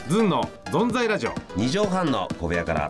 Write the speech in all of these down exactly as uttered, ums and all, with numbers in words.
ズンのゾンザイラジオ。 にじょうはんの小部屋から。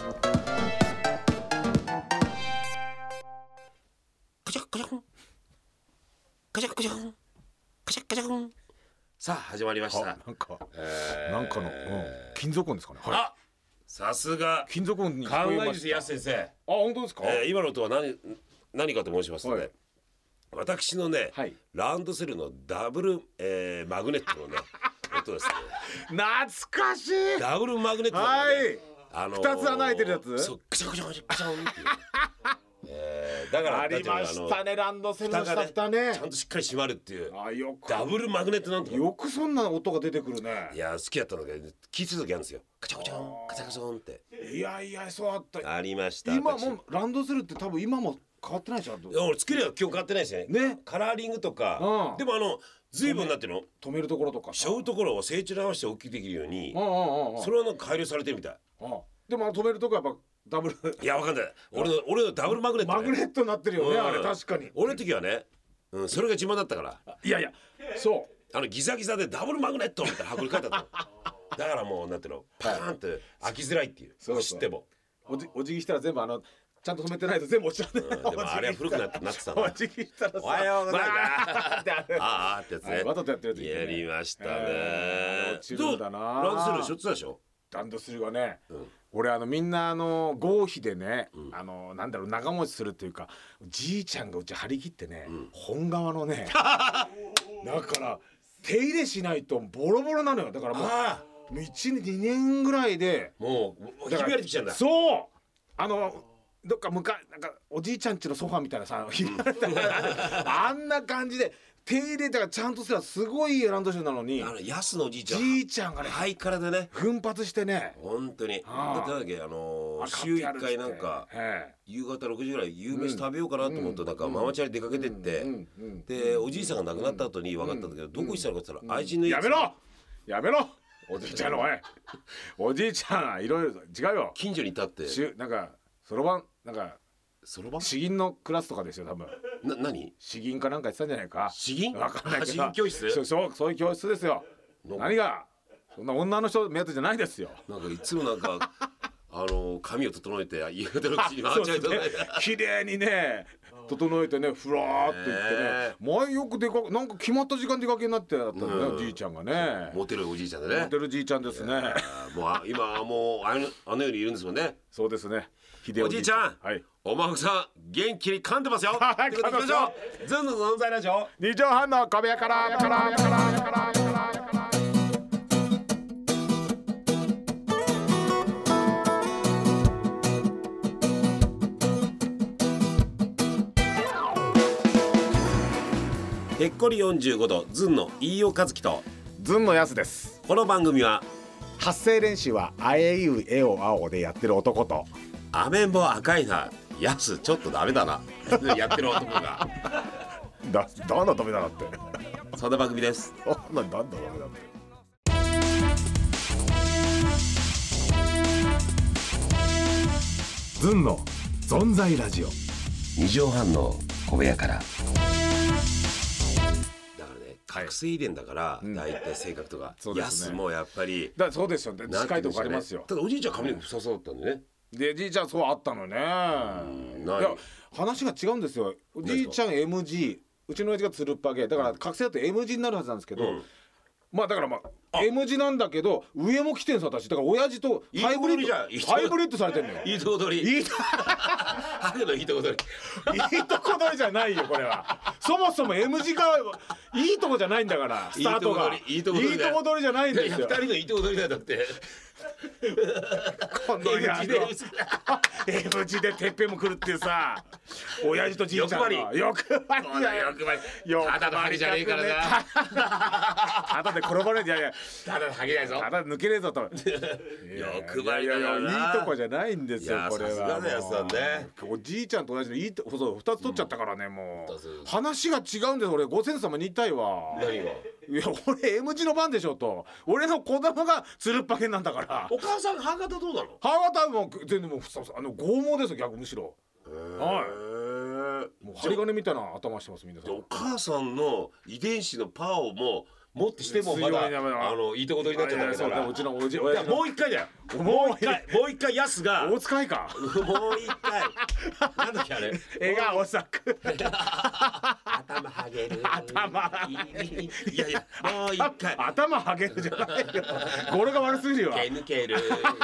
カチャカチャンカチャカチャンカチャカチャン。さあ始まりました。 なんか、 えー、 なんかの、うん、金属音ですかね。はい、 あ、さすが金属音に考えですやす先生。あ、 本当ですか。 えー、今の音は何何かと申しますとね、はい、私のね、はい、ランドセルのダブル、えー、マグネットのね音ですね。 懐かしい。 ダブルマグネットのね、 はい、 あのー、 ふたつ穴開いてるやつ。 そう、クシャクシャクシャクシャンっていうえー、だからありましたね、ランドセルの下蓋ね、 ちゃんとしっかり閉まるっていう。 あ、よくダブルマグネットなんとか。 よくそんな音が出てくるね。 いや好きだったので聞いてる時あるんですよ。カチャカチャンカチャカチャンって。 いやいや、そうあった。 ありました。 今もランドセルって多分今も変わってないでしょ。 いや俺作りは今日変わってないですね。 ね、 カラーリングとか、うん、でもあの随分なってるの止めるところとか背負うところを成長に合わせて大きくできるように、うんうんうん、それはなんか改良されてるみたい。うん、でも止めるとこはやっぱダブルいやわかんない。俺の俺のダブルマグネット、ね、 マグネットになってるよね、うん、あれ確かに。 俺の時はね、うん、それが自慢だったから。 いやいや、そうあのギザギザでダブルマグネットみたいな箱に書いてあったの。だからもうなんていうの、パーンって開きづらいっていう。そうそう、知ってもおじお辞儀したら全部あのちゃんと止めてないと全部落ちちゃう、ね、うん、 でもあれは古くなってなってたの。 お辞儀したらさ、 おはようございますああってやつね、はい、 わざとやってるやつ、ね、 やりましたね、 えー、落ちるんだな。 ランドセルしょってたでしょ。 ランドセルがね、うん、俺あのみんなあの合皮でね、うん、あのなんだろう長持ちするっていうか、じいちゃんがうち張り切ってね、うん、本革のねだから手入れしないとボロボロなのよ。だからもうあもういちねんにねんぐらいでもうひび割れてきちゃうんだ。 そうあのどっか向かなんかおじいちゃん家のソファーみたいなさ、ひび割れたあんな感じで手入れたらちゃんとすればすごいランドセルなのに、 あのヤスのおじいちゃんじいちゃんがねハイカラでね奮発してね、 本当にだってなんだっけ、あのー、週いっかいなんか夕方ろくじぐらい夕飯食べようかなと思って、なんかママチャリ出かけてって、でおじいさんが亡くなった後に分かったんだけど、どこ行ってたのかって言ったら愛人の家。 やめろやめろおじいちゃんのおいおじいちゃんいろいろ違うよ。 近所にいたって。 なんかそろばんなんかそろばん詩吟のクラスとかですよ多分。 な、何詩吟かなんかやってたんじゃないか。 詩吟わかんないけど、 詩吟教室。 そうそう、そういう教室ですよ。何がそんな女の人目当てじゃないですよ。 なんかいつもなんかあの髪を整えて夕方の口に回っちゃうとね綺麗にね整えてねふらーって言ってね、前よく出かけなんか決まった時間出かけになってだったんだね、うん、おじいちゃんがね。 モテるおじいちゃんでね。 モテるじいちゃんですね。 もう今はもうあのあの世にいるんですもんね。 そうですね。 おじいちゃん、はい、お孫さん元気に噛んでますよ。はい、噛んでますよ。ズンの存在ラジオにじょうはんの小部屋からからからからぺっこりよんじゅうごどズンの飯尾和樹とズンのやすです。 この番組は発声練習はあえいうえおあおでやってる男とアメンボ赤いなやすちょっとダメだなやってる男がだだんだダメだなってそんな番組です。 そんなだんだダメだってズンの存在ラジオにじょうはんの小部屋から。覚醒遺伝だから、だいたい性格とか、うん、やすもやっぱりだそうですよね。近いとこありますよ。 ただおじいちゃん髪の毛ふさそうだったんでね。 でじいちゃんそうあったのね。いや話が違うんですよ。おじいちゃん エムジー、 うちの親父がつるっぱげだから覚醒だと エムジー になるはずなんですけど、うん、まあだからまあ エムジー なんだけど上も来てんす私。だから親父とハイブリッドハイブリッドされてんのよ。 いいとこ取り。いいとハゲのいいとこ取り。 いいとこ取りじゃないよこれは。そもそも エムジー がいいとこじゃないんだからスタートがいいとこ取りじゃないんですよ。 ふたりのいいとこ取りだって。 この野郎 エムジー でてっぺんも来るっていうさ、親父とじいちゃんの欲張り欲張りただのハゲじゃねえからな。 ただで転ばれて、いやいやただハゲないぞ、 ただ抜けねえぞと。 欲張りだよな。 いいとこじゃないんですよこれは。 さすがだよさんね。 おじいちゃんと同じのいいとこそうふたつ取っちゃったからね、もう話が違うんです。俺ご先祖様に言いたいわ。 何が？ いや俺 エムジー の番でしょと。俺の子供がつるっぱげなんだから。 お母さん歯型どうなの？ 歯型も全然もうあの剛毛ですよ逆むしろ。はい。もう針金みたいな頭してますみんな。 お母さんの遺伝子のパワーももってしてもまだあのいいとこ取りになっちゃったから、 うちのおじもう一回だよ、もう一回もう一回ヤスが大塚愛かもう一回なんだっけあれ笑顔咲く頭はげる頭いやいやもう一回頭はげるじゃないよ語呂が悪すぎるよ。 毛抜ける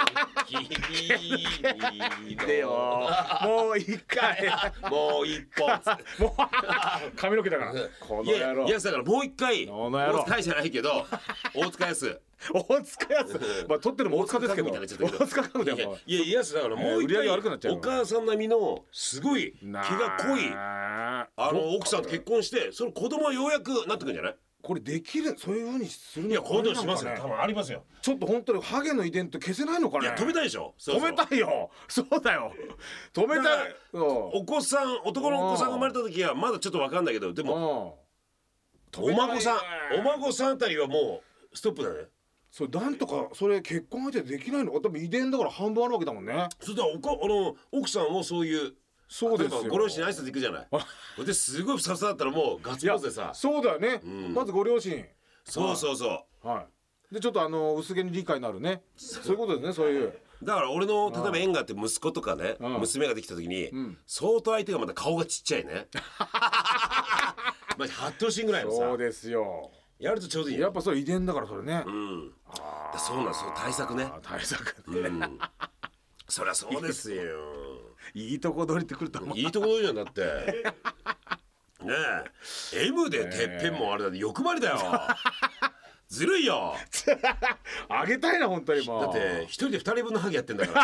君でよもう一回もう一本もう髪の毛だからこの野郎。 いやだからもう一回この野郎大塚じゃないけど大塚康大塚康まあ撮ってるのも大塚ですけど大塚家具でもいやいやだからもう一回お母さん並みのすごい気が濃いあの奥さんと結婚してその子供はようやくなってくるんじゃない？これできるそういう風にするの？ いや今度しますよ。多分ありますよ。 ちょっと本当にハゲの遺伝って消せないのかね。 いや止めたいでしょ。 止めたいよ。そうだよ。止めたい。 お子さん男のお子さんが生まれた時はまだちょっと分かんないけどでもお孫さんお孫さんあたりはもうストップだね。 それなんとかそれ結婚相手できないの？多分遺伝だから半分あるわけだもんね。 そうだおかあの奥さんもそういう。 そうですよ。 ご両親に挨拶行くじゃない。ですごいふさふさだったらもうガッツポーズでさ。 そうだよね。うん、まずご両親。 そうそうそう。 はい。でちょっとあの薄毛に理解のあるね。そういうことですね。そういう。 だから俺の例えば縁があって息子とかね娘ができた時に、うん、相当相手がまた顔がちっちゃいね。まあはち頭身ぐらいのさ。 そうですよ。 やるとちょうどいい。 やっぱそれ遺伝だからそれね。 うん。だそうなんですよ対策ね。 対策ね。うん、 そりゃそうですよ。 いいとこ取りってくると思う。 いいとこ取りじゃんだってねえ M でてっぺんもあれだって欲張りだよずるいよあげたいな本当にもう。 だって一人で二人分のハゲやってんだ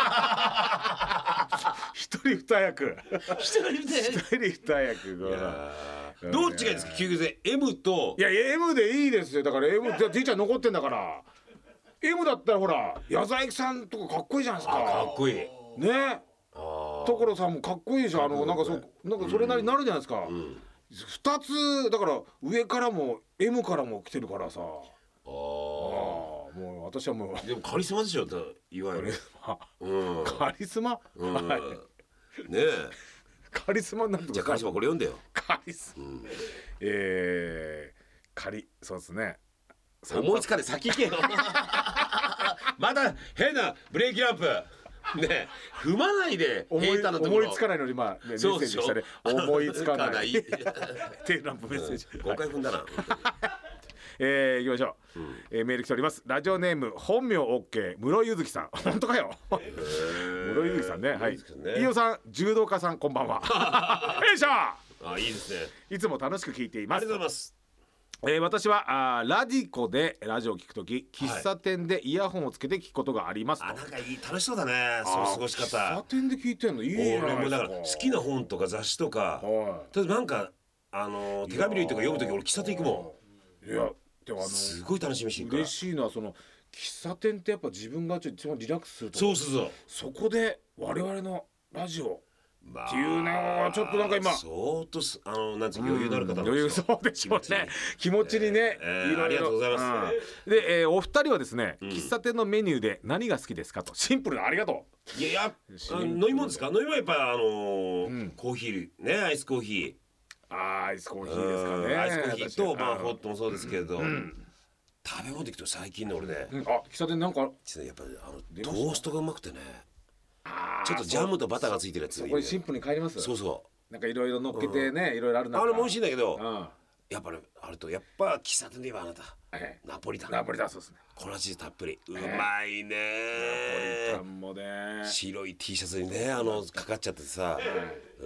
から一人二役一人で一人二役どっちがいいですか究極で M と。 いや エム でいいですよ。だから エム じゃあ T ちゃん残ってんだから エム だったらほら矢沢永吉さんとかかっこいいじゃないですか。 かっこいいね。所さんもかっこいいでしょ。あのなんかそなんかそれなりになるじゃないですか。ふたつだから上からも エム からも来てるからさ。ああもう私はもうでもカリスマでしょいわゆるカリスマ。はいねえカリスマなんとか。 じゃあカリスマこれ読んでよ。 カリスマえカリそうですね。 思いつかない先行けよまだ変なブレーキランプね踏まないで思い, 思いつかないのにまあ、ね、メッセージしたね思いつかないテーランプメッセージ、 うん、ごかい踏んだなえー、いきましょう、うんえー、メール来ております。ラジオネーム本名 OK 室井ゆずきさん本当かよ室井ゆずきさんねはい飯尾さん柔道家さんこんばんはよいしょあいいですねいつも楽しく聞いています。 ありがとうございます。 えー、私はあラディコでラジオを聞くとき喫茶店でイヤホンをつけて聞くことがありますと。 あなんかいい楽しそうだねその過ごし方。 喫茶店で聞いてんのいいじゃないですか。 俺もだから好きな本とか雑誌とか例えばなんかあの手紙類とか読むとき俺喫茶店行くもん。いやでもあのすごい楽しみし嬉しいのはその喫茶店ってやっぱ自分が一番リラックスするとそうそうそうそこで我々のラジオまあ、っていうのはちょっとなんか今相当あのなんつう余裕のある方なんですよ、うん、余裕そうでしょうね気持ちにね、 えー、いろいろありがとうございます、 うん、で、えー、お二人はですね、うん、喫茶店のメニューで何が好きですかとシンプルなありがとういやいや飲み物ですか飲み物はやっぱあのーうん、コーヒーねアイスコーヒーあアイスコーヒーですかねアイスコーヒーとまあホットもそうですけど、うん、食べ物でいくと最近の俺ね、 うん、あ喫茶店なんかやっぱりあのトーストがうまくてねちょっとジャムとバターがついてるやつそこにシンプルに帰ります。 そうそうなんかいろいろ乗っけてね、うん、いろいろある中あれも美味しいんだけど、うん、やっぱりあるとやっぱ喫茶店で言えばあなた、ええ、ナポリタンナポリタンそうですね粉チーズたっぷりうまいね、 ええ、ナポリタンもね白い T シャツにねあのかかっちゃってさ、 うん、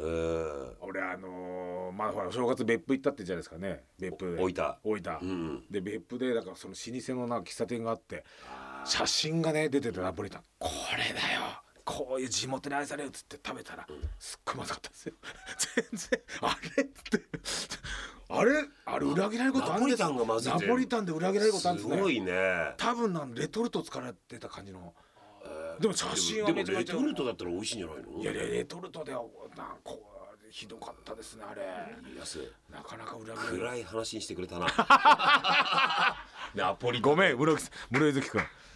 俺あのー、まあほら正月別府行ったってじゃないですかね別府大分大分、うん、で別府でだからその老舗のなんか喫茶店があって写真がね出ててナポリタンこれだよこういう地元に愛されるっつって食べたら、うん、すっごいまずかったですよ全然あれってあれあれ裏切られることあるんですか。ナポリタンがまずいてナポリタンで裏切られることあるんですね。 すごいね多分なんレトルト使われてた感じの、えー、でも写真はめちゃめちゃレトルトだったら美味しいんじゃないの。いやいやレトルトではなんかひどかったですねあれ。なかなか裏切られる暗い話にしてくれたなナポリタンごめん室井月君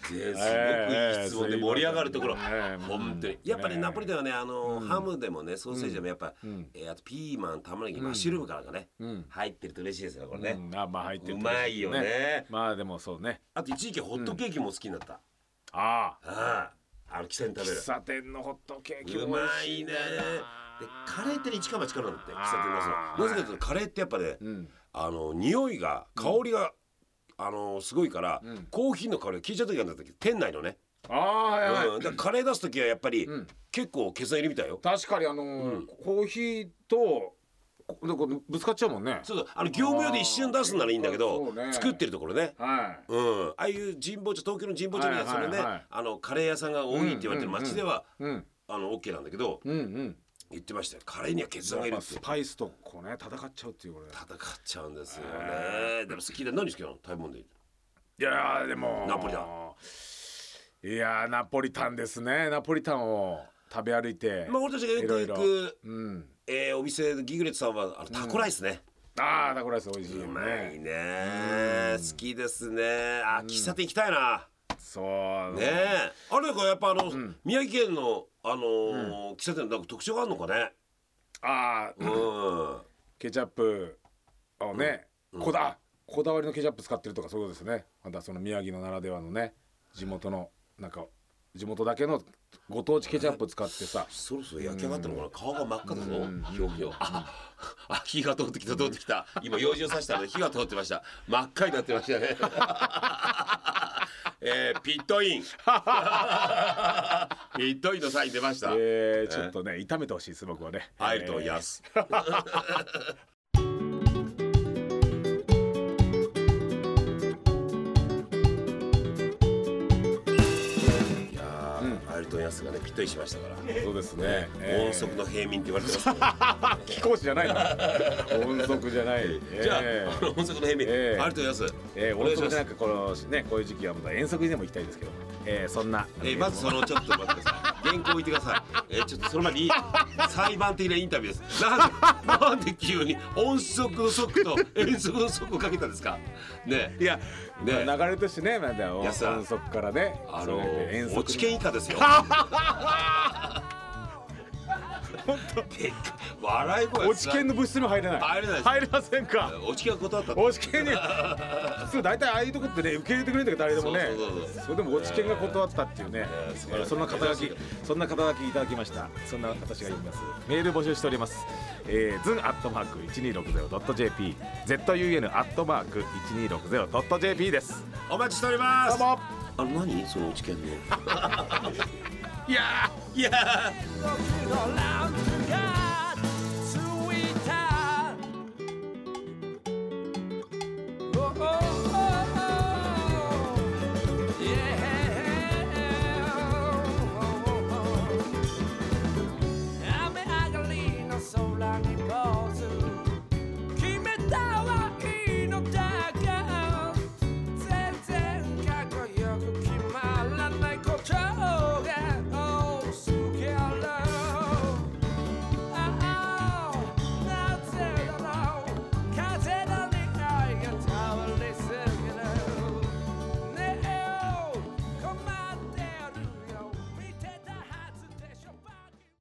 すごくいい質問で盛り上がるところ、本当にやっぱりナポリタンはね、あのハムでもねソーセージでもやっぱ、えあとピーマン、玉ねぎ、マッシュルームからがね入ってると嬉しいですよこれね。 あ、まあ入ってる。 うまいよね。 まあでもそうね。 あと一時期ホットケーキも好きになった。 ああ、 ああ、あの喫茶店食べる。 喫茶店のホットケーキうまいね。でカレーって一か八かなんだって喫茶店のそのなぜかというとカレーってやっぱね、あの匂いが香りがあのすごいから、コーヒーの香りが効いちゃう時があるんだけど店内のね。 ああ、はいはい。 だからカレー出す時はやっぱり結構決算入りみたいよ。 確かにあのコーヒーとぶつかっちゃうもんね。 そうだ、あの業務用で一瞬出すならいいんだけど、作ってるところね。はい。うん。ああいう神保町、東京の神保町みたいなそれね、あのカレー屋さんが多いって言われてる街ではあのオッケーなんだけど、言ってましたよ。カレーには決算がいるって。 スパイスとこうね戦っちゃうっていうこれ。 戦っちゃうんですよね。でも好きだ。何好きなの？食べ物で。 いやでもナポリタン。 いやナポリタンですね。ナポリタンを食べ歩いて。 まあ俺たちがよく行く。えー、お店ギグレットさんはあのタコライスね、 うん、ああタコライス美味しいよね。 うまいね、好きですね。あ、喫茶店行きたいな。 そうねえ、あれかやっぱあの、うん、宮城県のあのーうん、喫茶店なんか特徴があるのかね。 ああ、うん、ケチャップをね、うん、こだこだわりのケチャップ使ってるとかそういうことですね。またその宮城のならではのね地元のなんか地元だけのご当地ケチャップ使ってさ、 そろそろ焼き上がったのかな、顔が真っ赤だぞ、ひょひょ、ああ、火が通ってきた通ってきた、今用事をさしたので火が通ってました、真っ赤になってましたねえー、ピットインピットインのサイン出ました。 えー、ちょっとね炒めてほしいです僕はね。 アイルトンヤスやつがねピットインしましたから。 そうですね、 えー、音速の平民って言われてますから貴公子じゃないの音速じゃない、 えー、じゃあ、えー、音速の平民、えー、ありがとうございます、 えー、音速じゃなくこのねこういう時期はまた遠足にでも行きたいですけど、えー、そんな、 えー、まずそのちょっと待ってください原稿置いてください、えー、ちょっとその前に裁判的なインタビューです。なんでなんで急に音速の速と遠足の速をかけたんですかね。 いやね、流れとしてね、まだ音速からね、 あのー、落ち券以下ですよ本当笑い声落ち券の物質にも入れない入れない入れませんか。 落ち券は断った落ち券に普通大体ああいうとこってね受け入れてくれるんだけど誰でもね、それでも落ち券が断ったっていうね、えー、そんな肩書きそんな肩書きいただきました。そんな私が言います。メール募集しております。えー、ズンアットマーク いちにーろくぜろドットジェーピー ゼットユーエヌ アットマーク いちにーろくぜろドットジェーピー です。 お待ちしております。 どうも。 あの何その落ち券のいやーいやー全然かっこよく決まらないこと